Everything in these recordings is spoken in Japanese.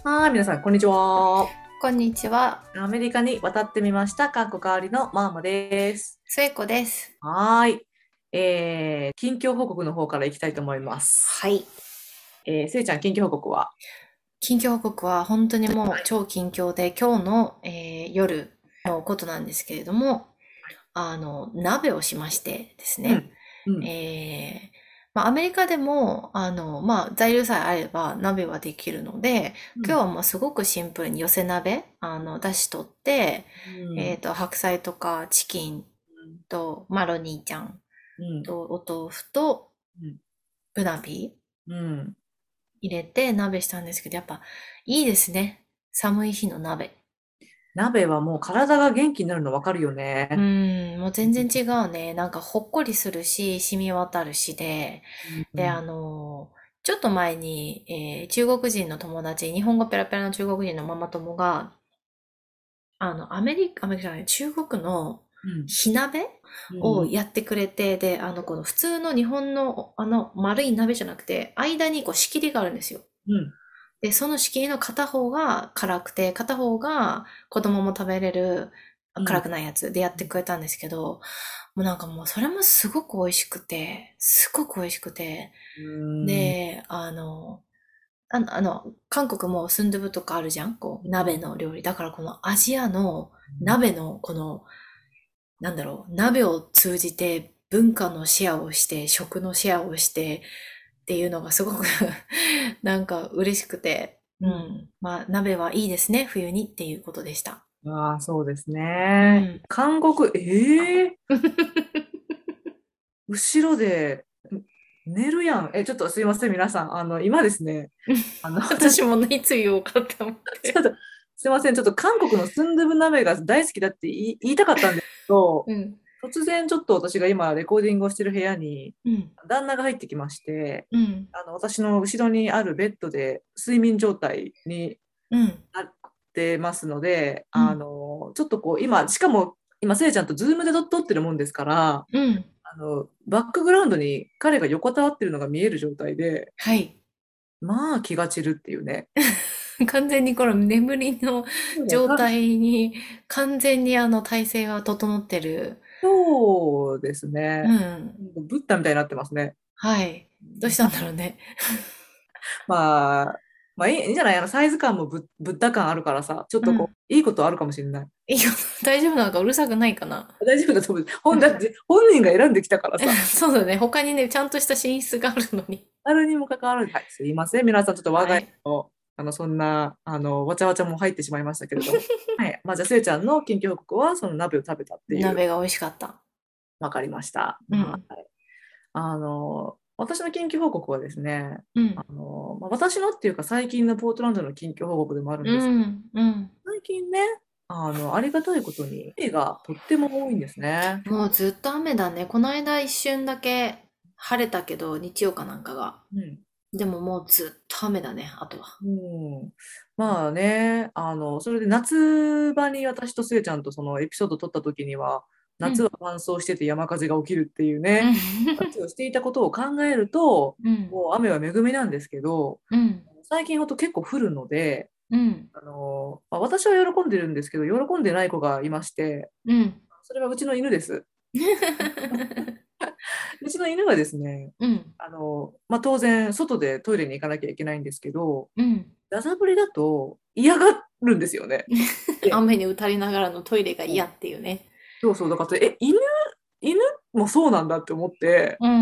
はい、皆さん、こんにちは。 こんにちは、 アメリカに渡ってみました。韓国代わりのマーマです。 末子です。 はーい。近況報告の方からいきたいと思います。 はい。 せいちゃん、近況報告は？ 近況報告は本当にもう超近況で、今日の、夜のことなんですけれども、鍋をしましてですね。 うん、うん、 アメリカでも、材料さえあれば鍋はできるので、 うん、 今日はもうすごくシンプルに寄せ鍋、出し取って、 うん、 白菜とかチキンとマロニーちゃんうん、 とお豆腐とうん、 ブナビうん。 入れて鍋したんですけど、やっぱいいですね。寒い日の鍋。 鍋はもう体が元気になるの分かるようね。 ん、もう全然違うね。なんかほっこりするし、染み渡るしで、で、 うん、 ちょっと前に、中国人の友達、日本語ペラペラの中国人のママ友が、アメリカじゃない、中国のうん、 火鍋うん、 をやってくれて、で、この普通の日本の丸い鍋じゃなくて、間にこう仕切りがあるんですよ。 うん、 で、その仕切りの片方が辛くて、片方が子供も食べれるうん、 辛くないやつでやってくれたんですけど、もうなんかもうそれもすごく美味しくて、すごく美味しくて、 うん、 で、韓国もスンドゥブとかあるじゃんこう、鍋の料理。だからこのアジアの鍋のこの、なんだろう、鍋を通じて文化のシェアをして、食のシェアをしてっていうのがすごくなんか嬉しくて、 うん。 鍋はいいですね、冬にっていうことでした。 ああ、そうですね。 うん。 韓国、後ろで寝るやん。ちょっとすいません、皆さん。今ですね、 私もいつ言おうかって思って。 ちょっと、すいません、ちょっと韓国のスンドゥブ鍋が大好きだって言いたかったんですけど、 うん。 突然ちょっと私が今レコーディングをしてる部屋にうん。 旦那が入ってきまして、 うん。 私の後ろにあるベッドで睡眠状態にうん。 なってますので、 うん。 ちょっとこう今、しかも今、せいちゃんとズームで撮ってるもんですから、 うん。 バックグラウンドに彼が横たわってるのが見える状態で、 はい。 まあ気が散るっていうね。 完全にこの眠りの状か態に完全に体勢は整ってる。 そうですうね。 ん。 ブッダみたいになってますね。 はい。どうしたんだろうね。 まあ、まあいいんじゃないサイズ感もブッダ感あるからさ、ちょっとこうん。 う、いいことあるかもしれない。 いいよ、大丈夫なのかうるさくないかな。 大丈夫だと思う。だって本人が選んできたからさ。 そうだね。他にね、ちゃんとした寝室があるのに。 あるにもかかわらず、はい、すいません。皆さん、ちょっと我が家はい。 の、そんな、わちゃわちゃも入ってしまいましたけれども。はい。まあ、じゃあ、せいちゃんの近況報告は、その鍋を食べたっていう、 鍋が美味しかった。 わかりました。はうん。 い。私の近況報告はですね、 うん。 まあ、私のっていうか、最近のポートランドの近況報告でもあるんうです。 ん。うん。 最近ね、ありがたいことに、雨がとっても多いんですね。 もうずっと雨だね。この間一瞬だけ晴れたけど、日曜かなんかが。 うん。 でももうずっと雨だね、あとは。 うん、まあね、それで夏場に私とすえちゃんとそのエピソードを撮った時には、 うん。 夏は乾燥してて山火事が起きるっていううん。 ね、話をしていたことを考えると、 うん。 もう雨は恵みなんですけど、 うん。 最近ほんと結構降るので、 うん。 まあ私は喜んでるんですけど、喜んでない子がいまして、 うん。 それはうちの犬です。うちの犬はですね、 うん。 まあ、当然、外でトイレに行かなきゃいけないんですけど、 うん。 ダザ降りだと嫌がるんですよね。で、 雨に打たれながらのトイレが嫌っていうね。 そうそう、だから、犬もそうなんだって思って、 うん。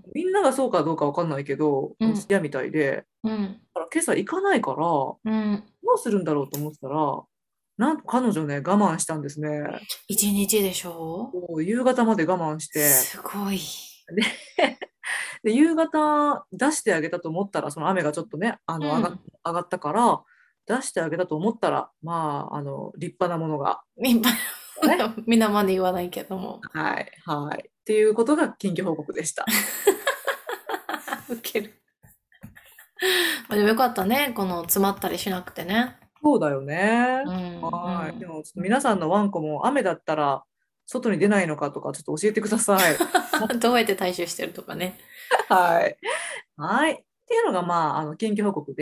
みんながそうかどうかわかんないけど、 うん。 嫌みたいで、 うん。 だから今朝行かないから、どうん。 うするんだろうと思ってたら、なんと彼女ね、我慢したんですね。 一日でしょ？ こう夕方まで我慢して、 すごい。 で、で夕方出してあげたと思ったら、その雨がちょっとね、上がったから、出してあげたと思ったら、まあ、立派なものが、 みんな、 ね。 皆まで言わないけども。 はい、はい。っていうことが近況報告でした。 ウケる。でもよかったね。この詰まったりしなくてね。 そうだよね。 うん。うはい。でん。 も、ちょっと皆さんのワンコも雨だったら外に出ないのかとか、ちょっと教えてください。 どうやって対処してるとかね。 はい。はい。っていうのが、まあ、近況報告で、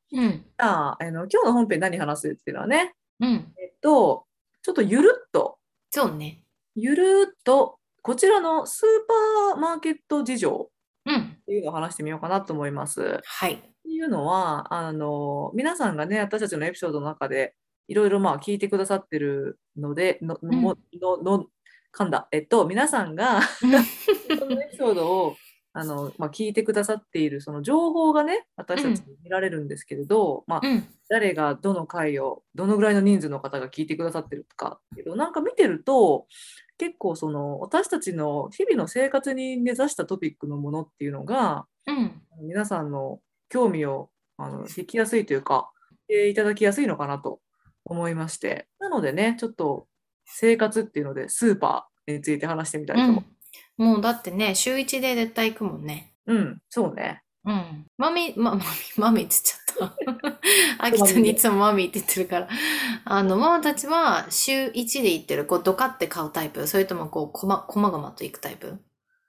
うん。 今日の本編何話すっていうのはね、 うん。 ちょっとそうね。 ゆるっと、こちらのスーパーマーケット事情うん。 っていうのを話してみようかなと思います。っはい。 ていうのは、皆さんがね、私たちのエピソードの中で、いろいろまあ聞いてくださってるので、 うん。 噛んだ。皆さんがうん。 このエピソードをまあ、聞いてくださっているその情報がね、私たちうん。 に見られるんですけれど、まあ、 うん。 誰がどの回を、どのぐらいの人数の方が聞いてくださってるかっていうのをなんか見てると、結構その私たちの日々の生活に根ざしたトピックのものっていうのが、 うん。 皆さんの興味を引きやすいというか、いただきやすいのかなと思いまして。なのでね、ちょっと生活っていうので、スーパーについて話してみたいと思うん。もうだってね、週一で絶対行くもんね。 う。うん、そうね。 うん。マミって言っちゃった。アキトにいつもマミって言ってるから。ママたちは週一で行ってる、こう、ドカって買うタイプ、それともこう、こまごまと行くタイプ？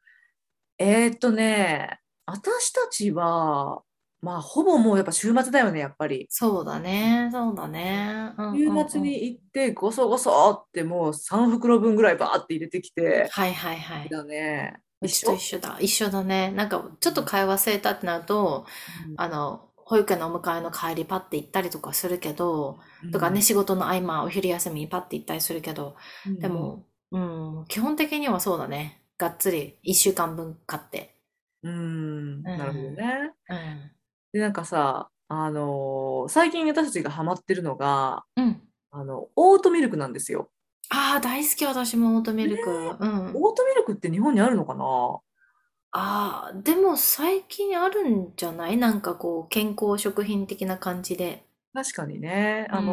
私たちは、まあ、ほぼもうやっぱ週末だよね、やっぱり。 そうだね。そうだね。うん週うんうん。 末に行って、ごそごそってもう3袋分ぐらいバーって入れてきて、 はいはいはい。 だね。 うちと一一緒。 緒だ。一緒だね。なんか、ちょっと買い忘れたってなると、保育園のお迎えの帰りパッて行ったりとかするけど、とかね、 うん。 仕事の合間、お昼休みにパッて行ったりするけど、 うん。 でも、うん、基本的にはそうだね。がっつり一週間分買って。 うん。 うん、 なるほどね。 うん、 で、なんかさ、最近私たちがハマってるのが、 うん。 オートミルクなんですよ。 ああ、大好き私もオートミね、 ルク。うん。 オートミルクって日本にあるのかな？ ああ、でも最近あるんじゃない？なんかこう、健康食品的な感じで。 確かにね。 うん、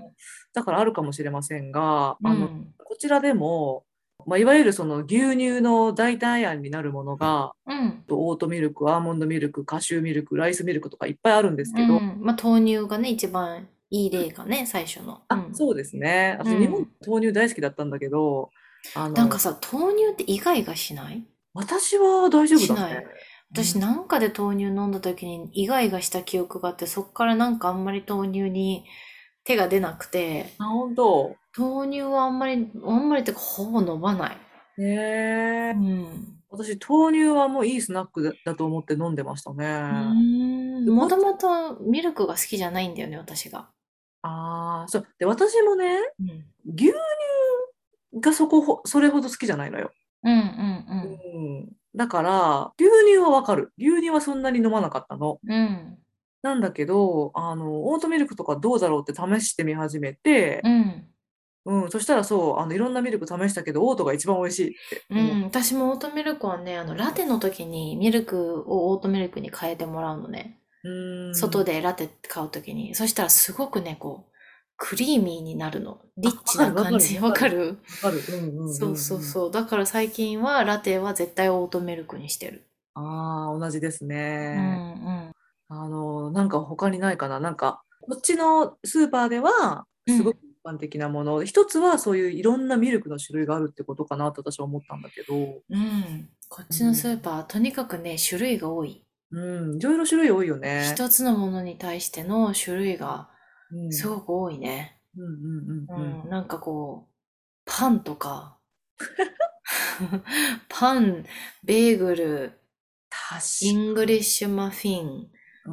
だからあるかもしれませんが、 うん、 こちらでも、まあ、いわゆるその牛乳の代替案になるものが、 うん。 オートミルク、アーモンドミルク、カシューミルク、ライスミルクとかいっぱいあるんですけど、 うん。まあ、豆乳がね、一番いい例がね、最初の。うあ、 ん。 そうですね。私、日本うん。 豆乳大好きだったんだけど、あの、 なんかさ、豆乳ってイガイガしない？ 私は大丈夫だね。 しない。私うん、 なんかで豆乳飲んだ時にイガイガした記憶があって、そっからなんかあんまり豆乳に手が出なくて、 あ、本当。 豆乳はあんまりってかほぼ飲まない。うねえ。 ん。 私、豆乳はもういいスナックだと思って飲んでましたうーね。 ん。 で、 もともとミルクが好きじゃないんだよね、私が。 そう。で、私もね、 うん。 牛がそれほど好きじゃないのよ。 うんうんうん。だから、牛乳はわかる。牛乳はそんなに飲まなかったの。 うん。うん。 なんだけど、オートミルクとかどうだろうって試してみ始めて、 うん。 うん、そしたらそう、いろんなミルク試したけど、オートが一番美味しいって思う。 うん、私もオートミルクはね、ラテの時にミルクをオートミルクに変えてもらうのね。 うーん。 外でラテ買う時に。そしたらすごくね、こう、クリーミーになるの。リッわチかるわかるな感じ。 わかる。 わかる？ わかる。うんうんそううんうん。 そうそう。だから最近はラテは絶対オートミルクにしてる。 ああ、同じですうんね。 うん。 なんか他にないかな。なんか、こっちのスーパーでは、 うん。 すごく一般的なもの。一つはそういういろんなミルクの種類があるってことかなと私は思ったんだけど、 うん。こっちのうん、 スーパー、とにかくね、種類が多い。 うん、いろいろ種類多いよね。 一つのものに対しての種類がうん、 すごく多いね。 うん、うん、うん、うん。 うん。なんかこう、パンとか、パン、ベーグル、 確イングかに。 リッシュマフィンうん、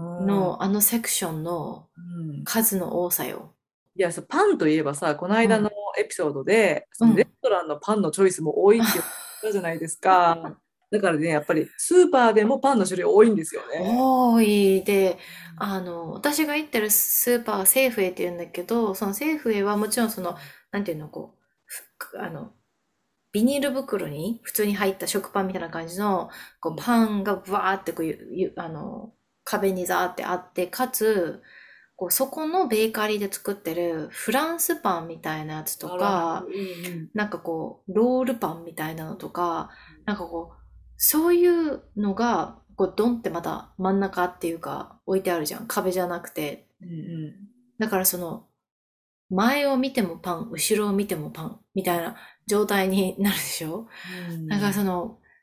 うのあのセクションのん。 数の多さよ。 いや、パンといえばさ、この間のうん。 エピソードで、そのレスうん。 トランのパンのチョイスも多いって言ったじゃないですか。だからね、やっぱりスーパーでもパンの種類多いんですよね。 多い。で、私が行ってるスーパー、セーフウェイって言うんだけど、そのセーフウェイはもちろんその、なんていうの、こう、ビニール袋に普通に入った食パンみたいな感じの、こう、 うん、 パンがバーってこう、壁にザーってあって、かつ、こう、そこのベーカリーで作ってるフランスパンみたいなやつとあら、 か、 うんうん。 なんかこう、ロールパンみたいなのとか、なんかこう、そういうのが、こう、ドンってまた真ん中っていうか、置いてあるじゃん。壁じゃなくて。 うんうんだからその、前を見てもパン、後ろを見てもパン、みたいな状態になるでしょ？ うだからん。 その、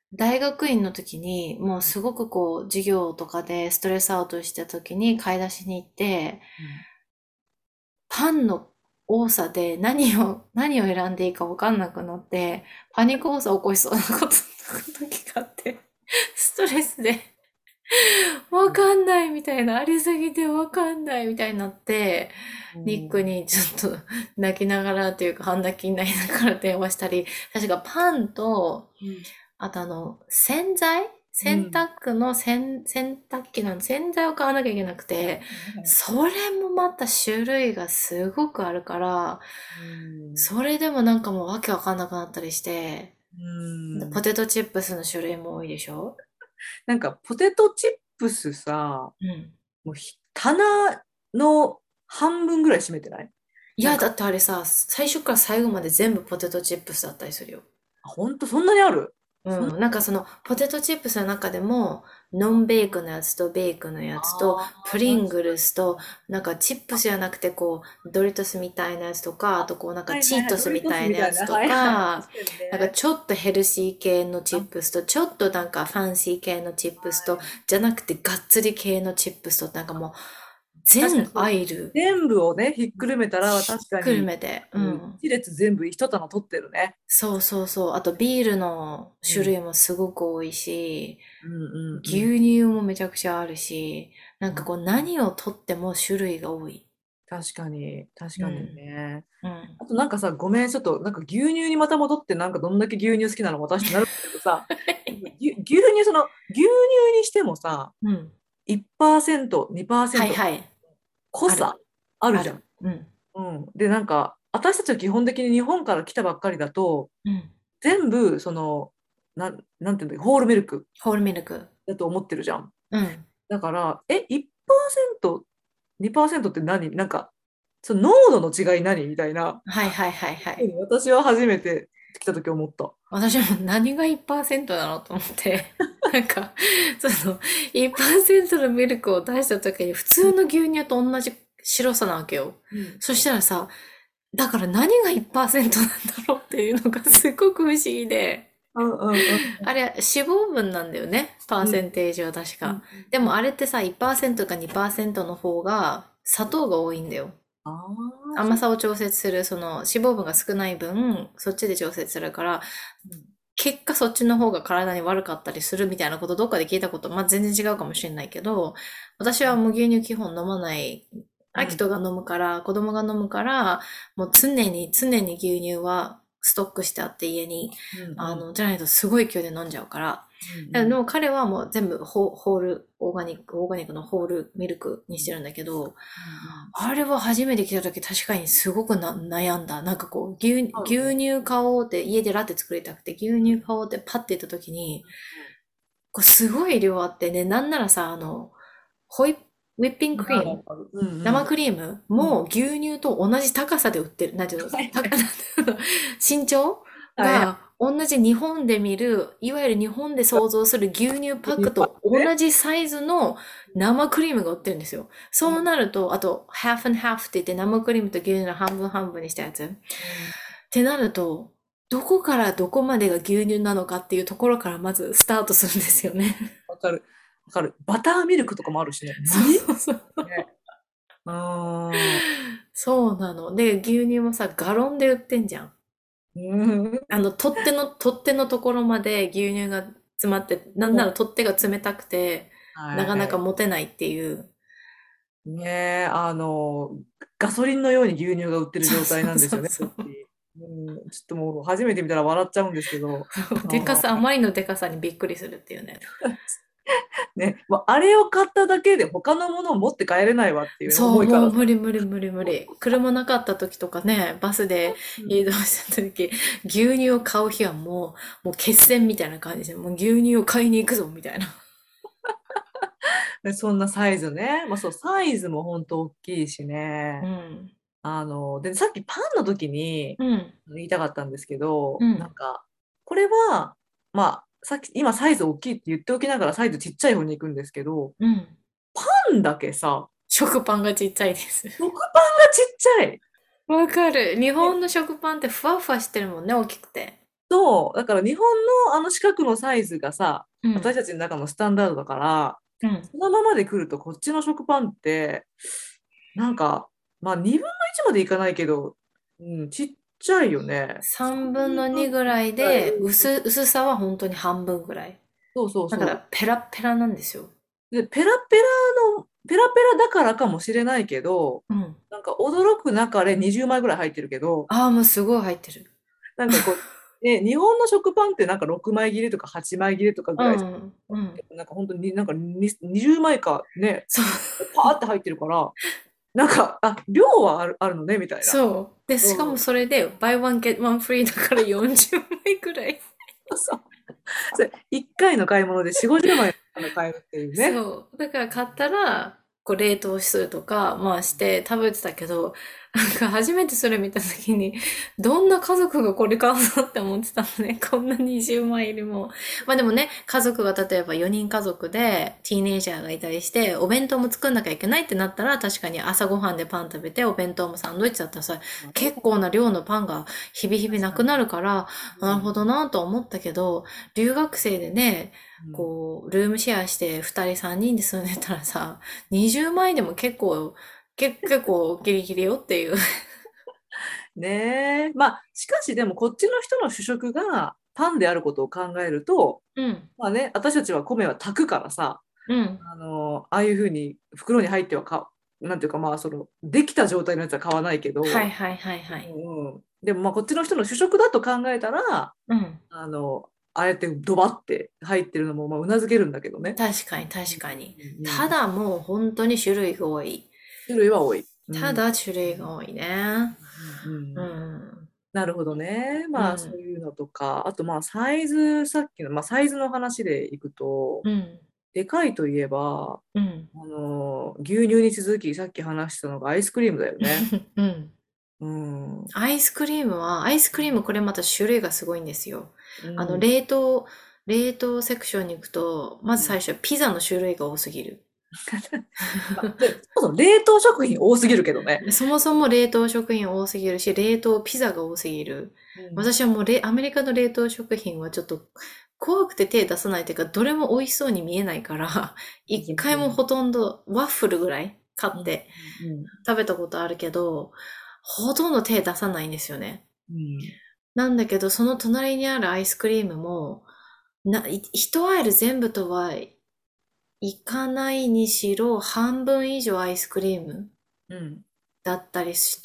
大学院の時に、もうすごくこう、授業とかでストレスアウトした時に買い出しに行って、 うん。 パンの多さで何を選んでいいか分かんなくなって、パニック発作起こしそうな時があって、ストレスで分かんないみたいな、ありすぎて分かんないみたいになって、 うニックん。 にちょっと泣きながらっていうか半泣きになりながら電話したり、確かパンと、 うん。 あと洗剤洗うん。 濯の洗濯機の洗剤を買わなきゃいけなくて、 はい。 それもまた種類がすごくあるから、 うん。 それでもなんかもうわけわかんなくなったりして、 うん。 ポテトチップスの種類も多いでしょ？ なんかポテトチップスさ、 うん。 もう棚の半分ぐらい占めてない？ いや、だなんか、 ってあれさ、最初から最後まで全部ポテトチップスだったりするよ。 ほんとそんなにある？そんな。 うん。なんかその、ポテトチップスの中でも、ノンベークのやつとベークのやつと、 ああー、 プリングル確スと、なんかチップスじゃなくてこう、ドリトスみたいなやつとか、あとこうなんかはいはいはい、 チートスドリトスみたいなみたいな。 やつとはいはい。確か、 かになんかね。 ちょっとヘルシー系のチあ、 ップスと、ちょっとなんかファンシー系のチップスと、 はい。 じゃなくてがっつり系のチップスと、なんかもう、全確かにそう。 アイル、 全部をね、ひっくるめたら、 ひっくる確かに、 めて、うもうん。 一列全部一棚取ってるね。 そうそうそう。あとビールのうん。 種類もすごく多いし、 うんうんうん。 牛乳もめちゃくちゃあるし、なんかこうあ、 何をとっても種類が多い。 確かに、確かにうん。 ね。 うん。 あとなんかさ、ごめん、ちょっとなんか牛乳にまた戻って、なんかどんだけ牛乳好きなの私ってなるんだけどさ、牛乳、牛乳にしてもさ、 うん。 1%、2%、 はいはい。ある。 濃さあるじゃん。 ある。うん。 うん。で、なんか、私たちは基本的に日本から来たばっかりだと、 うん。 全部、なんていうんだホールミルクホールミルク。 だと思ってるじゃん。 うん。 だから、1%、2%って何なんか、その濃度の違い何みたいな、 はいはいはいはい。 私は初めて来た時思った。 私も何が1%なのと思って。なんか、その、1%のミルクを出した時に普通の牛乳と同じ白さなわけよ。 うん。 そしたらさ、だから何が1%なんだろうっていうのがすごく不思議で。 うんうんうんあれ、脂肪分なんだよね。パーうんセンテージは確か。 うんでうん。 もあれってさ、1%か2%の方が砂糖が多いんだよ。 ああ、そっか。 甘さを調節する、その脂肪分が少ない分、そっちで調節するから、 うん。 結果そっちの方が体に悪かったりするみたいなことどっかで聞いたこと、まあ、全然違うかもしれないけど、私はもう牛乳基本飲まない。 うん。 アキトが飲むから、子供が飲むから、もう常に牛乳はストックしてあって家に。 うんうん。 じゃないとすごい勢いで飲んじゃうから。でうんうん。 も彼はもう全部ホール、オーガニックのホールミルクにしてるんだけど、 うんあれは初めて来た時確かにすごく悩んだ。なんかこう、 うん。 牛乳買おうって、家でラテ作りたくて牛乳買おうってパッて言った時に、こうすごい量あってね、なんならさ、ホイップ、ウィッピングクリーム、 うんうん。 生クリームうん。 も牛乳と同じ高さで売ってる。なんていうの、 はいはい。 身長はいはい。 が同じ日本で見る、いわゆる日本で想像する牛乳パックと同じサイズの生クリームが売ってるんですよ。そうなると、あと、half and half って言って生クリームと牛乳の半分半分にしたやつ。ってなると、どこからどこまでが牛乳なのかっていうところからまずスタートするんですよね。 わかる。わかる。バターミルクとかもあるしね。 そう何？ そうそう。 ね。ああ。 そうなの。で、牛乳もさ、ガロンで売ってんじゃん。 うん。 取っ手のところまで牛乳が詰まって、なんなら取っ手が冷たくて、なかなかはい。 持てないっていう。 ねえ、ガソリンのように牛乳が売ってる状態そうそうなんですよね、 そうそう。 こっち。うん、ちょっともう初めて見たら笑っちゃうんですけど、 ああまりのでかさにびっくりするっていうね。 ね、もうあれを買っただけで他のものを持って帰れないわっていうね、 そう、 重いからさ。 もう無理無理無理無理。車なかった時とかね、バスでうん。 移動した時、牛乳を買う日はもう決戦みたいな感じで、もう牛乳を買いに行くぞみたいな。 で、そんなサイズね。まあそう、サイズも本当大きいしね。 うん。 で、さっきパンの時にうん。 言いたかったんですけど、 うん。 なんか、これは、まあ、今サイズ大きいって言っておきながらサイズちっちゃい方に行くんですけど、 うん。 パンだけさ、 食パンがちっちゃいです。 食パンがちっちゃい。 わかる。日え、 本の食パンってふわふわしてるもんね、大きくて。 と、だから日本のあの四角のサイズがさ、 うん、 私たちの中のスタンダードだから、 うん。 そのままで来るとこっちの食パンって、なんか、まあ2分の1までいかないけど、うん、ちっちゃいよね。 3分の 3 2ぐらいぐらい。 で、薄さは本当に半分ぐらい。 そうそうそう。 だから、ペラッペラなんですよ。 で、ペラペラだからかもしれないけど、 うん。 なんか驚く中で20枚ぐらい入ってるけど、 ああ、もうすごい入ってる。 なんかこう、日本の食パンってなんか6枚切りとか8枚切りとかぐらい、 うん、うん。 なんか本当になんか20枚かね、 そう。 パーって入ってるから、なんか、量はあるのね、みたいな。 そう。で、しかもうん。 それで、バイワンゲットワンフリーだから40枚くらい。 そう。それ、1回の買い物で4、50枚買えるっていうね。 そう。だから買ったら、こう冷凍するとか、まあして食べてたけど、なんか初めてそれ見た時に、どんな家族がこれ買うのって思ってたのね。こんな20万入りも。まあでもね、家族が例えば4人家族で、ティーネイジャーがいたりして、お弁当も作んなきゃいけないってなったら、確かに朝ごはんでパン食べて、お弁当もサンドイッチだったらさ、結構な量のパンが日々日々なくなるから、なるほどなと思ったけど、留学生でね、 うん。 こう、ルームシェアして2人3人で住んでたらさ、20万円でも結構ギリギリよっていう。 ねえ。まあ、しかしでもこっちの人の主食がパンであることを考えると、 うん、 まあね、私たちは米は炊くからさ、 うん、 ああいうふうに袋に入ってはなんていうかまあ、できた状態のやつは買わないけど、 はいはいはいはい。 でもまあこっちの人の主食だと考えたら、 うん。 ああやってドバって入ってるのもまあうなずけるんだけどね。 確かにうん確かに。 うん、 ただもう本当に種類が多い。 種類は多い。うん。 ただ種類が多いね。ううん、 ん。 なるほどね。まあそううん。 いうのとか、あとまあサイズ、さっきの、まあ、サイズの話でいくと、 うん。 でかいといえば、 うん。 牛乳に続きさっき話したのがアイスクリームだよね。 うん。 うん。うアイスクリームこれまた種類がすごいんですよ。 ん。 冷凍セクションに行くと、まず最初ピザの種類が多すぎる。 まあ、で、そもそも冷凍食品多すぎるけどね。 そもそも冷凍食品多すぎるし、冷凍ピザが多すぎる。 うん。 私はもうアメリカの冷凍食品はちょっと怖くて手出さないというか、どれも美味しそうに見えないから、一回もほとんどワッフルぐらい買うん。 ってうん。 食べたことあるけど、ほとんど手出さないんですよね。 うん。 なんだけど、その隣にあるアイスクリームも、一アイル全部とはいかないにしろ、半分以上アイスクリームうん。 だったりして、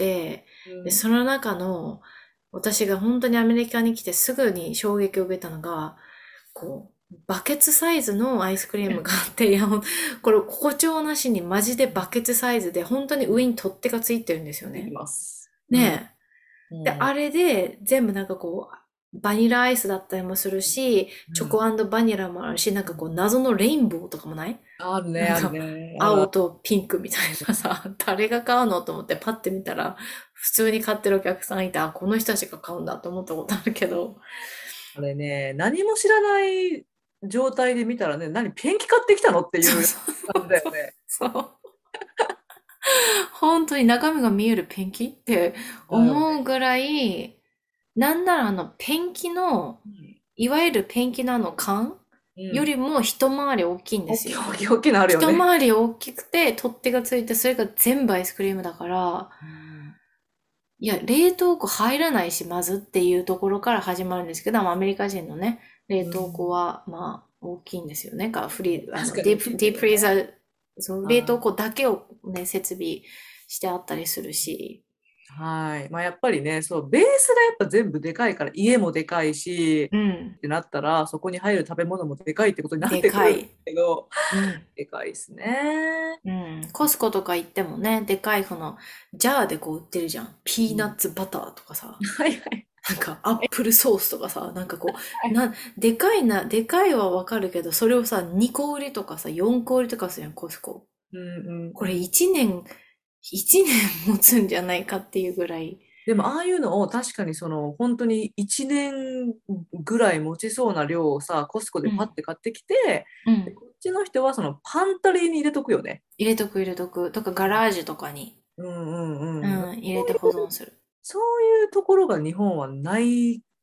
で、 うん。 その中の、私が本当にアメリカに来てすぐに衝撃を受けたのが、こバケツサイズのアイスクリームがあって、いや、これ、誇張なしにマジでバケツサイズで、本当に上に取っ手がついてるんですよできね。 ます。うん。 ねえ。で、 うん。 あれで、全部なんかこう、バニラアイスだったりもするし、チョコバニラもあるし、なんかこう、謎のレインボーとかもない？ あるね、あるなんか、 ね。あるある。 青とピンクみたいなさ、誰が買うのと思ってパッて見たら、普通に買ってるお客さんいて、あ、この人たちが買うんだと思ったことあるけど、 あれね、何も知らない状態で見たらね、ペンキ買ってきたのっていうそうそう感じだよそうね。 そう。本当に中身が見えるペンキってだよね。 思うぐらい、なんならペンキの、 うん。 いわゆるペンキの缶うん。 よりも一回り大きいんで大きいすよ。 大きい大きいのあるよ一ね。 回り大きくて取っ手がついて、それが全部アイスクリームだから、 うん。 いや、冷凍庫入らないし、まずっていうところから始まるんですけど、まあアメリカ人のね、冷凍庫うん。 は、まあ、大きいんですよね。 確かに大きいけディープどね。 フリーザー、その冷凍あ庫だけをね、設備してあったりするし、 はい。まあ、やっぱりね、そう、ベースがやっぱ全部でかいから、家もでかいし、 うん、 ってなったら、そこに入る食べ物もでかいってことになっでてくるんだかい。 けど、 うん、 でかいですね。 うん。コスコとか行ってもね、でかいジャーでこう売ってるじゃん。ピーナッうん。 ツバターとかさ、 はいはい。 なんかアップルソースとかさ、なんかこう、でかいはわかるけど、それをさ、2個売りとかさ、4個売りとかするやん、コスコ。 うんうんこれうん。 1年持つんじゃないかっていうぐらい。 でも、ああいうのを確かに本当に1年ぐらい持ちそうな量をさ、コスコでパッうん。 て買ってきて、でうん。 こっちの人はそのパントリーに入れとくよね。 入れとく。とか、ガラージュとかに、 うんうんうん。 うん、入れて保存する。 そういうところが日本はない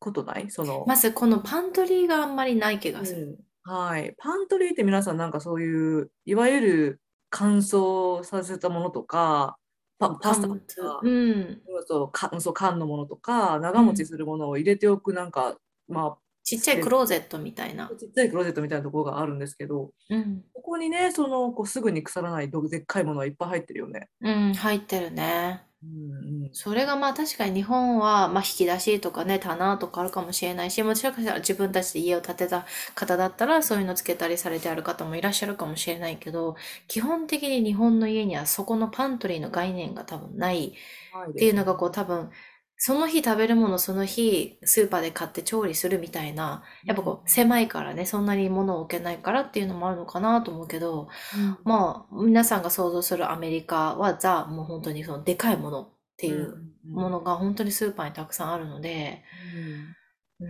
ことないその、 まずこのパントリーがあんまりない気がする。 うん。はい。パントリーって皆さんなんかそういう、いわゆる乾燥させたものとか、パスタと乾物。うか、 ん。 そう、缶のものとか、長持ちうん。 するものを入れておくなんか、まあ、 ちっちゃいクスペース、 ローゼットみたいな。 ちっちゃいクローゼットみたいなところがあるんですけど、 うん。 ここにね、こうすぐに腐らないでっかいものはいっぱい入ってるよね。 うん、入ってるね。 うんそれがまあ確かに日本は、まあ引き出しとかね、棚とかあるかもしれないし、もちろん自分たちで家を建てた方だったらそういうのつけたりされてある方もいらっしゃるかもしれないけど、基本的に日本の家にはそこのパントリーの概念が多分ないっうん。はいですね。 ていうのがこう多分、その日食べるものその日スーパーで買って調理するみたいな、やっぱこう狭いからね、そんなに物を置けないからっていうのもあるのかなと思うけど、 うん。 まあ皆さんが想像するアメリカはもう本当にそのでかいものってうん。 いうもうん。 のが本当にスーパーにたくさんあるので、 うん。 うん、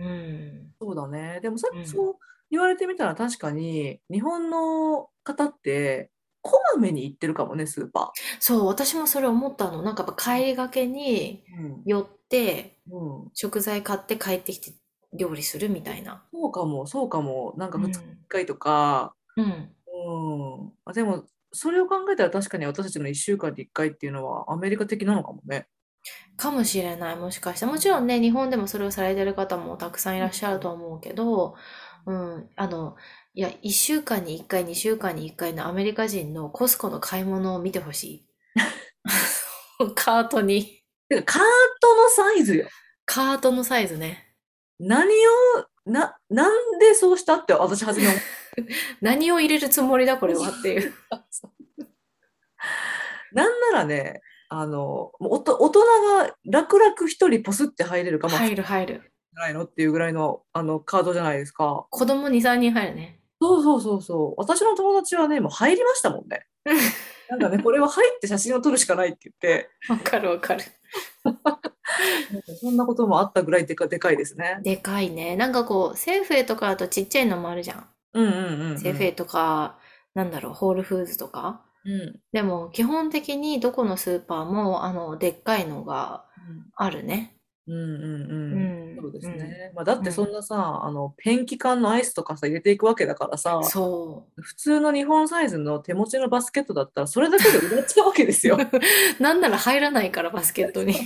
そうだね。でもさっうん。 きそう言われてみたら確かに日本の方ってこまめに行ってるかもね、スーパそう、私もそれ思ったの。なんかやっぱ帰りがけにー。うん。 寄ってうん。 食材買って帰ってきて料理するみたいな。 そうかも、そうかも。なんか2日にうん。 1回とか。 うん。 うん。あ、でも、それを考えたら確かに私たちの1週間に1回っていうのはアメリカ的なのかもね。 かもしれない、もしかして。もちろんね、日本でもそれをされてる方もたくさんいらっしゃると思うけど、うん、いや、1週間に1回、2週間に1回のアメリカ人のコスコの買い物を見てほしい。カートに、 てか、カートのサイズよ。 カートのサイズね。 何を、なんでそうしたって私初め思っ何を入れるつもりだ、これはっていう。 た。なんならね、もう大人が楽々一人ポスって入れるか、まあ、 入る入る。 じゃないのっていうぐらいの、カードじゃないですか。 子供2、3人入るね。 そうそうそうそう。私の友達はね、もう入りましたもんね。なんかね、これは入って写真を撮るしかないって言って、 わかるわかる。 なんかそんなこともあったぐらいでかいですね。 でかいね。なんかこう、セーフウェイとかだとちっちゃいのもあるじゃん。 うんうんうんセーフウェイとか、なんだろう、ホールフーズとか。 うん。うんでも、基本的にどこのスーパーも、でっかいのがうんあるね。 うんうんううん。そうん、 でうん、 すね。まあ、だってそんうん。 なさ、ペンキ缶のアイスとかさ、入れていくわけだからさ、 そ普通の日本サイズの手持ちのバスケットだったら、それだけで埋まっちゃうわけですよ。 う。なんなら入らないから、バスケットに。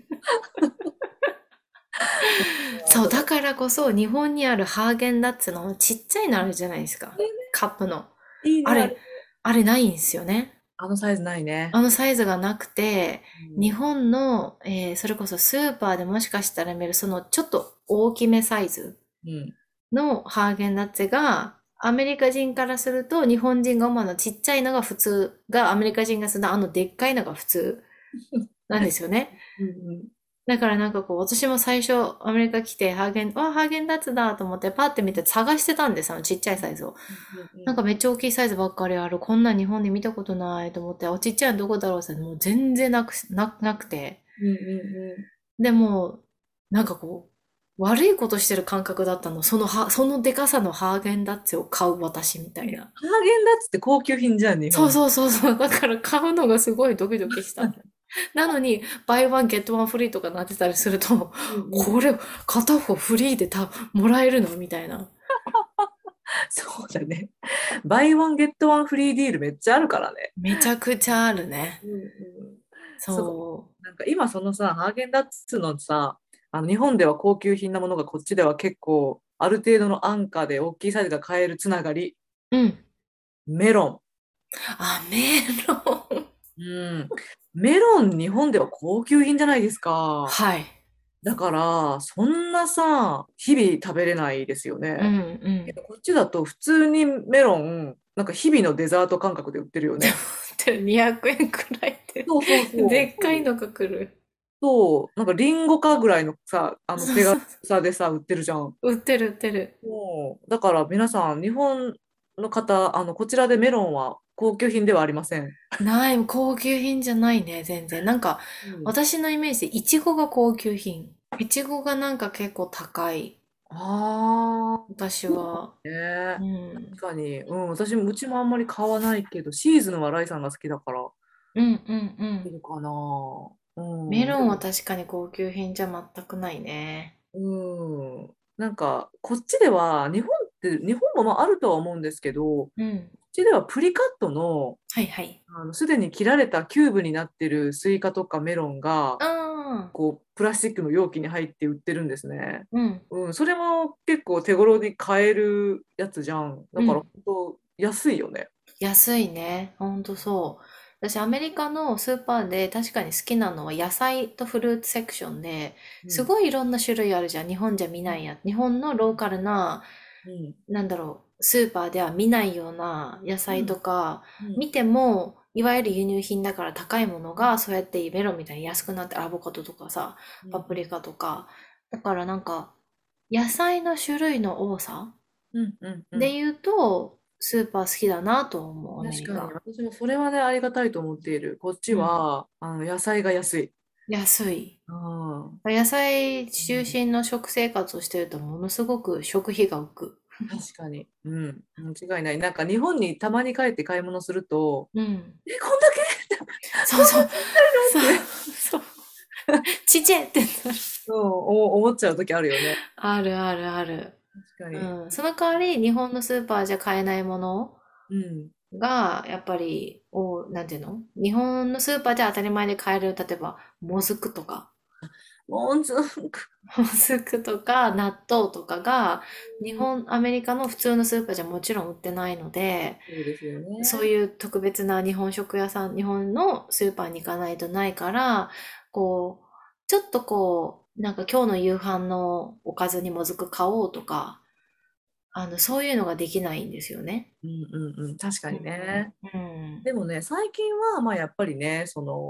そう、だからこそ、日本にあるハーゲンダッツのちっちゃいのあるじゃないですか。カップの。 いいね、あれ。 あれ、あれないんですよね。 あのサイズないね。 あのサイズがなくて、日うん。 本の、それこそスーパーでもしかしたら見る、そのちょっと大きめサイズうん。 のハーゲンダッツが、アメリカ人からすると、日本人が思うのちっちゃいのが普通が、アメリカ人がするのでっかいのが普通なんですよね。 うんうんだからなんかこう、私も最初アメリカ来て、ハーゲンダッツだと思ってパッて見て探してたんです、ちっちゃいサイズを。 うんうんなんかめっちゃ大きいサイズばっかりある。こんなん日本で見たことないと思って、ちっちゃいのどこだろうって、もう全然なくて。 うんうん。 でも、なんかこう、悪いことしてる感覚だったの。そのでかさのハーゲンダッツを買う私みたいな。 ハーゲンダッツって高級品じゃん、日本。 そうそうそうそう。だから買うのがすごいドキドキした。なのに、バイワンゲットワンフリーとかなってたりすると、 うんうん。 これ、片方フリーでもらえるのみたいな。 そうだね。バイワンゲットワンフリーディールめっちゃあるからね。 めちゃくちゃあるね。 うんうん。そう。 そなんか今そのさ、ハーゲンダッツのさ、日本では高級品なものがこっちでは結構ある程度の安価で大きいサイズが買えるつながり、 う。うん。 メロあ、メロン。 ン。うん。メロン日本では高級品じゃないですか。 はい。 だから、そんなさ、日々食べれないですようんね。 うん。 こっちだと普通にメロン、なんか日々のデザート感覚で売ってるよね。 200円くらいで、 そうそうでそう。 っかいのが来る。 そう、なんかリンゴかぐらいのさ、手軽そうそう。 さでさ、売ってるじゃん。 売ってる売ってる。 もう、だから皆さん、日本の方、こちらでメロンは高級品ではありません。 ない、高級品じゃないね、全然。なんか、 うん。 私のイメージで、イチゴが高級品。イチゴがなんか結構高い。 ああ、 私そうは。うね。確ん。 かに。うん、うちもあんまり買わないけど、シーズンはライさんが好きだから、 うんうんうん。 いるかな。うん、 メロンはでも、 確かに高級品じゃ全くないね。 うん。なんか、こっちでは、日本もまああるとは思うんですけど、こうん。 っちではプリカットの、 はいはい。 すでに切られたキューブになってるスイカとかメロンが、 ああ、 こう、プラスチックの容器に入って売ってるんですね。 うん。 うん、それも結構手頃に買えるやつじゃん。だからうん。 本当安いよね。 安いね。ほんとそう。私、アメリカのスーパーで確かに好きなのは野菜とフルーツセクションで、 うん。 すごいいろんな種類あるじゃん。日本じゃ見ないや。日本のローカルな、 うん。 なんだろう、スーパーでは見ないような野菜うん。 とか、 うん。 見ても、いわゆる輸入品だから高いものが、そうやってメロンみたいに安くなってアボカドとかさ、 うん。 パプリカとか。だからなんか、野菜の種類の多さうん。うん。うん。 で言うと、スーパー好きだなと思う、アメ確かに、 リカ。 私もそれはね、ありがたいと思っている。こっちうん。 は、野菜が安い。 安い。 ああ、 野菜中うん、 心の食生活をしてるとものすごく食費が浮く。 確かに。うん。間違いない。なんか日本にたまに帰って買い物すると、 うん。 こんだけそうそう。 こんなちっちゃいそう、 のって、 そう。ちっちゃいってなる。 そう、思っちゃう時あるよね。 あるあるある。 確かに。 うん。その代わり、日本のスーパーじゃ買えないものうん。 が、やっぱり、なんていうの日本のスーパーで当たり前で買える、例えば、もずくとか、 もうちょっと、 もずくとか、納豆とかが、アメリカの普通のスーパーじゃもちろん売ってないので、 そうですよね。 そういう特別な日本食屋さん、日本のスーパーに行かないとないから、こう、ちょっとなんか今日の夕飯のおかずにもずく買おうとか、そういうのができないんですよね。 うんうんうん。確かうにね。 ん。うん。 でもね、最近は、まあやっぱりね、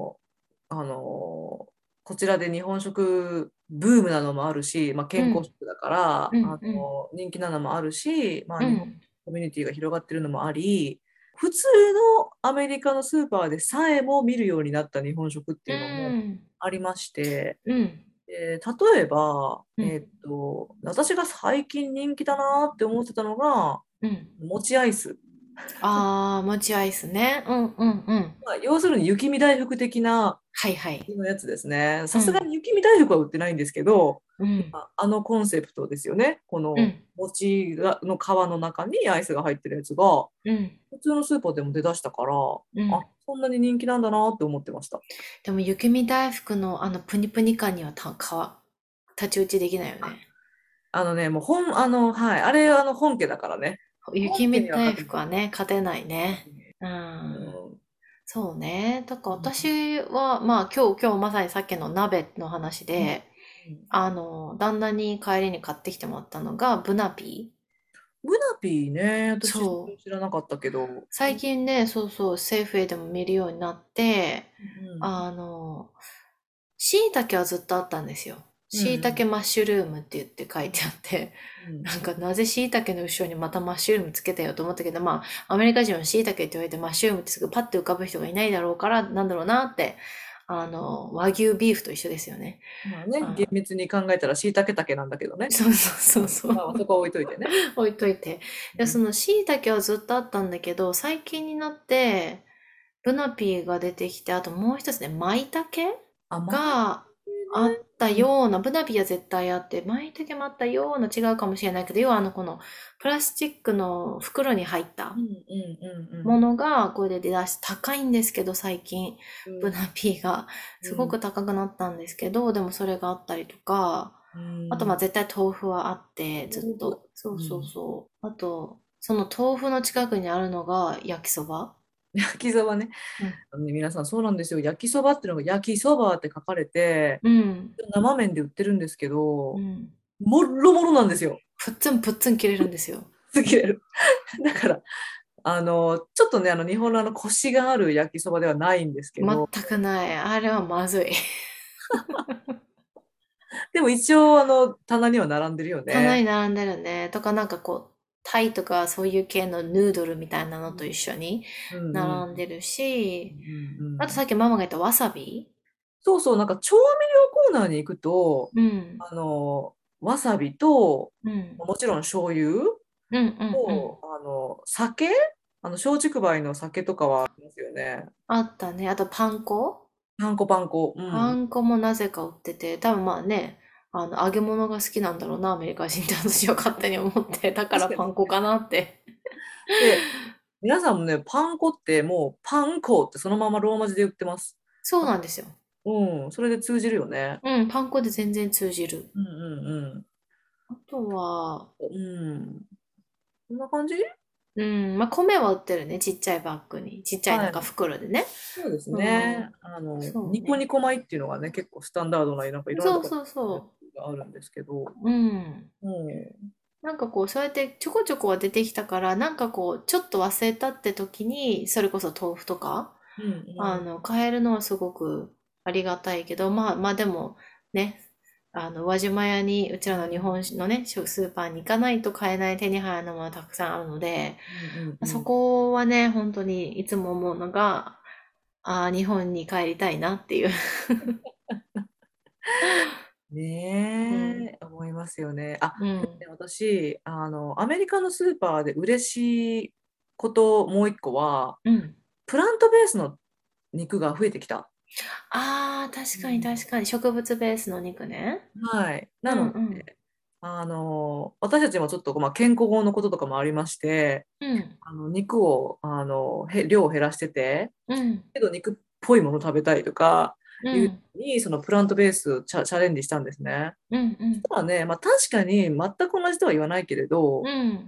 こちらで日本食ブームなのもあるし、まあ、健康うん。 食だから、 うん。うん。 人気なのもあるし、まあ、日本うん。 コミュニティが広がってるのもあり、普通のアメリカのスーパーでさえも見るようになった日本食ってういうのもん。 ありまして、 うん。 例えば、 うん。 私が最近人気だなって思ってたのが、 うん。 餅アイス。 ああ、もちアイスね。うん。うん。うん。 まあ、要するに雪見大福的なはいはい。 のやつですね。さすがうん。 に雪見大福は売ってないんですけど、 うん。 まああのコンセプトですよね。このうん。 の皮の中にアイスが入ってるやつが、 うん。 普通のスーパーでも出だしたから、 うん。 そんなに人気なんだなって思ってました。 でも、雪見大福のあのプニプニ感には太刀打ちできないよね。 もうはい、あれ本家だからね。本家雪見大には勝てない。 福はね、勝てないね。ううん。 んそうね。だからうん私は、まあ今日まさにさっきの鍋の話うんで、 うん。 旦那に帰りに買ってきてもらったのがブナピー。 ブナピーね、私そう。 知らなかったけど。 最近ね、そうそう、セーフウェイでも見るようになって、 うんあの、椎茸はずっとあったんですよ。 うんうん椎茸マッシュルームって言って書いてあって、 うんなんかなぜ椎茸の後ろにまたマッシュルームつけたよと思ったけど、まあ、アメリカ人は椎茸って言われてマッシュルームってすぐパッて浮かぶ人がいないだろうから、なんだろうなって、和牛ビーフと一緒ですよね。 まあね、厳あ、 密に考えたら椎茸茸なんだけどね。 そうそうそうそう。 まあ、そこは置いといてね。 置いといて。で、その椎茸はずっとあったんだけど、最近になって、ブナピーが出てきて、あともう一つね、舞茸甘いがあっね。 たうん。 ような、ブナビは絶対あって、舞茸もあったような違うかもしれないけど、要はこのプラスチックの袋に入ったうんうんうんものがこれで出だし高いんですけど、最近、 うんブナピーがすごうんく高くなったんですけど、でもそれがあったりとか、 うあとまあん。 絶対豆腐はあって、ずっと。そうそうそう。あと、その豆腐の近くにあるのが焼きそば。 焼きそばね。 うん。 皆さんそうなんですよ。焼きそばっていうのが焼きそばって書かれて、 うん。 生麺で売ってるんですけど、 うん。 もっろもろなんですよ。 ぷっつんぷっつん切れるんですよ。 すぎる。だから、ちょっとね、日本のコシがある焼きそばではないんですけ全ど、 くない。あれはまずい。 でも一応、棚には並んでるよ棚にね。 並んでるね。とかなんかタイとかそういう系のヌードルみたいなのとうん一緒にうんうん並んでるし、 うんうんあとさっきママが言ったわさび。 そうそう、なんか調味料コーナーに行くと、 うん。 わさびと、 うん。 もちろん醤油うんうんうん。 と、酒松竹梅の酒とかはありますよね。 あったね。あとパン粉パン粉パン粉。うん。 パン粉もなぜか売ってて、多分まあね、 揚げ物が好きなんだろうな、アメリカ人って私は勝手に思って、だから確かに。 パン粉かなって。 で、皆さんもね、パン粉ってもうパン粉ってそのままローマ字で言ってます。 そうなんですよ。 うん、それで通じるよね。 うん、パン粉で全然通じる。 うんうんあとは、 うん。うん。こんな感じ。 うん、まあ、米は売ってるね。ちっちゃいバッグに。ちっちゃいなんかはい。 袋でね。 そうですうね。 ん、そうね。 ニコニコ米っていうのがね、結構スタンダードな、なんかいろんなところそうそうそにあるんですけど、 う。うん。 うん。 なんかこう、そうやってちょこちょこは出てきたから、なんかこう、ちょっと忘れたって時に、それこそ豆腐とか、 うんうん。 買えるのはすごくありがたいけど、まあまあでも、ね、宇和島屋に、うちらの日本のね、スーパーに行かないと買えない手に入るのもたくさんあるので、 うんうんそうん。 こはね、本当にいつも思うのが、日本に帰りたいなっていう。うん。 ねえ、思いますよね。あ、 うん。 で私、アメリカのスーパーで嬉しいこともう一個は、 うん。 プラントベースの肉が増えてきた。 ああ、確かにうん。 確かに。植物ベースの肉ね。 はい。 うなので、 んうん。 私たちもちょっと、まあ、健康法のこととかもありまして、 うん。 肉を、量を減らしてて、 うん。 けど肉っぽいもの食べたいとかいううん。 のに、そのプラントベースチャレンジしたんですね。 うん。うん。 ただね、まあ、確かに全く同じとは言わないけれど、 うん。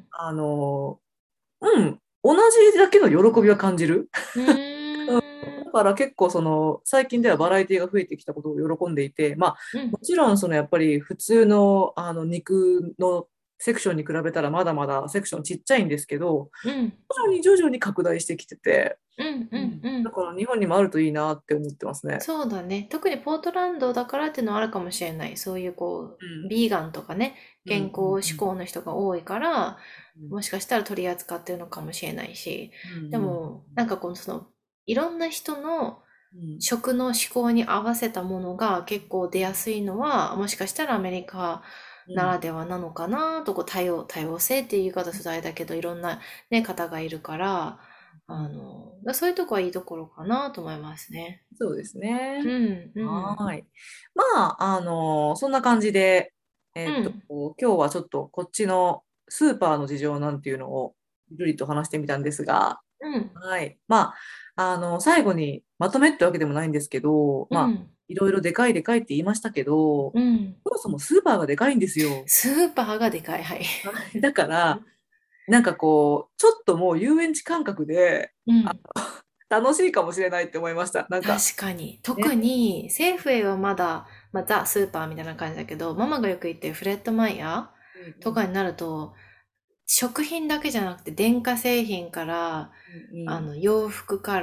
うん、同じだけの喜びは感じる。 うーん。 だから結構最近ではバラエティが増えてきたことを喜んでいて、まあ、 うん。 もちろんやっぱり普通の、肉のセクションに比べたらまだまだセクションちっちゃいんですけど、 うん。 徐々に拡大してきてて、 うん。うん。 うん、 うん。 だから日本にもあるといいなって思ってますね。 そうだね。特にポートランドだからっていうのはあるかもしれない。そういうこう、 うん、 ビーガンとかね、 うん、 健康志うん、 向の人が多いから、 うん、 もしかしたら取り扱ってるのかもしれないし、 うん、うん、 でも、なんかこのいろんな人のうん、 食の嗜好に合わせたものが結構出やすいのは、もしかしたらアメリカうん、 ならではなのかなと、こう多様性っていう言い方するとあれだけど、いろんなね、方がいるから、 うん。 そういうとこはいいところかなと思いますね。 そうですね。 うん、うん、 はーい。まあ、そんな感じで、 うん、 今日はちょっとこっちのスーパーの事情なんていうのをゆるりと話してみたんですが、 うん、 はい。まあ、最後にまとめってわけでもないんですけど、まあ、 うん、 いろいろでかいでかいって言いましたけど、 うん。 そもそもスーパーがでかいんですよ。 スーパーがでかい、はい。 はいだから、なんかこう、ちょっともう遊園地感覚でうん。 楽しいかもしれないって思いました。なんか、 確かに。 ね。 特に、セーフウェイはまだ、まあ、ザ・スーパーみたいな感じだけど、ママがよく言ってるフレッドマイヤーとかになると、食品だけじゃなくて、電化製品から、 うん洋服から、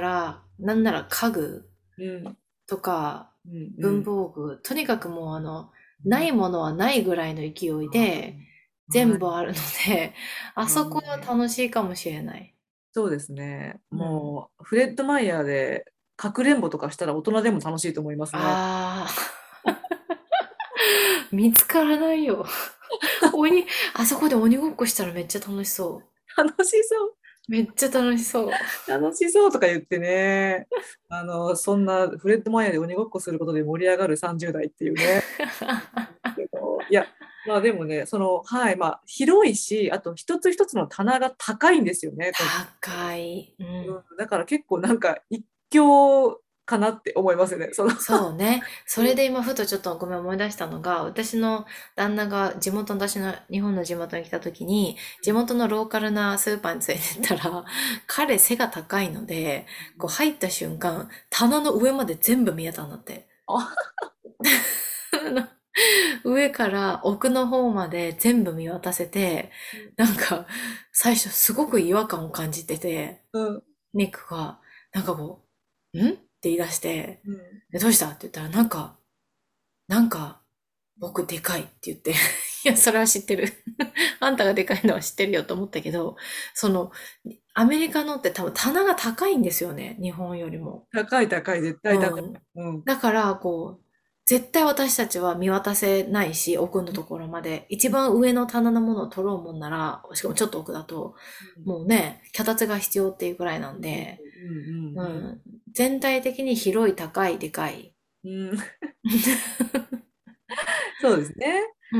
なんなら家具うんうんとか、 うんう文ん房具、とにかくもうなうんいものはないぐらいの勢いで、 はい。 全部あるので、あそこははい楽しいかもしれない。 そうですね。 うん。 もう、フレッドマイヤーで、かくれんぼとかしたら大人でも楽しいと思いますね。 ああ、見つからないよ。鬼、あそこで鬼ごっこしたらめっちゃ楽しそ楽しそう。 う。めっちゃ楽しそう。 楽しそうとか言ってね。そんなフレッドマイヤーで鬼ごっこすることで盛り上がる30代っていうね。けどいや、まあでもね、はい、まあ、広いし、あと一つ一つの棚が高いんですよね、こっち。 高い。うん。 うん、だから結構なんか一興かなって思いますね。 そうね。それで今ふとちょっとごめん思い出したのが、私の旦那が私の日本の地元に来た時に、地元のローカルなスーパーに連れてったら、彼背が高いので、こう入った瞬間、棚の上まで全部見えたんだって。 あ、 上から奥の方まで全部見渡せて、なんか、最初すごく違和感を感じてて、 うん、 ニックが、なんかこう、って言い出して、 うん。 どうしたって言ったら、なんか、僕でかいって言って、いや、それは知ってる。あんたがでかいのは知ってるよと思ったけど、その、アメリカのって多分棚が高いんですよね、日本よりも。 高い高い、絶対高い。 うん。 うん。 だから、こう、絶対私たちは見渡せないし、奥のところまで。一番上の棚のものを取ろうもんなら、しかもちょっと奥だと、もうね、脚立が必要っていうくらいなんで、 うんうんうん。全体的に広い、高い、でかい。 うんうん。 そうですね。 うん。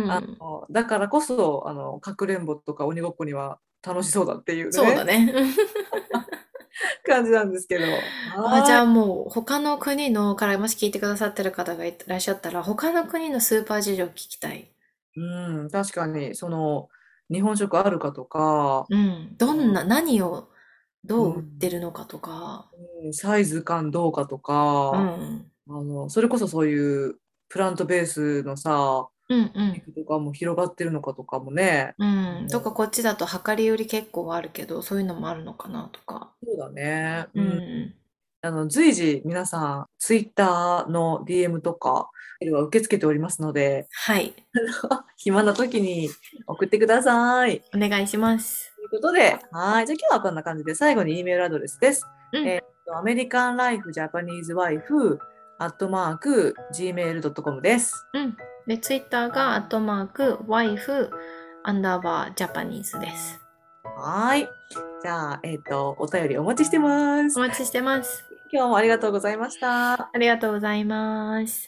だからこそ、かくれんぼとか鬼ごっこには楽しそうだっていうね、 そうだね。 感じなんですけど。 あ、じはーい。 ゃあもう他の国のからもし聞いてくださってる方がいらっしゃったら、他の国のスーパー事情聞きたい。 うん、確かに、日本食あるかとか、 うん。どんな、何をうどう売ってん、 るのかとか。 サイズ感どうかとか、 うん。 それこそそういうプラントベースのさ、 うんうん。 肉とかも広がってるのかとかもね。 うん。とかうん、 こっちだと量り売り結構あるけど、そういうのもあるのかなとか。 そうだね。 ううん。 ん。 随時皆さん、ツイッターの DM とか、メールは受け付けておりますので、 はい。 暇な時に送ってください。 お願いします。 ということで、はい。じゃあ今日はこんな感じで、最後に E メールアドレスです。 うん。 アメリカンライフジャパニーズワイフアットマーク gmail.com です。 うん。で、ツイッターが、ワイフ、アンダーバー、ジャパニーズです。 はい。じゃあ、お便りお待ちしてます。 お待ちしてます。 今日もありがとうございました。 ありがとうございます。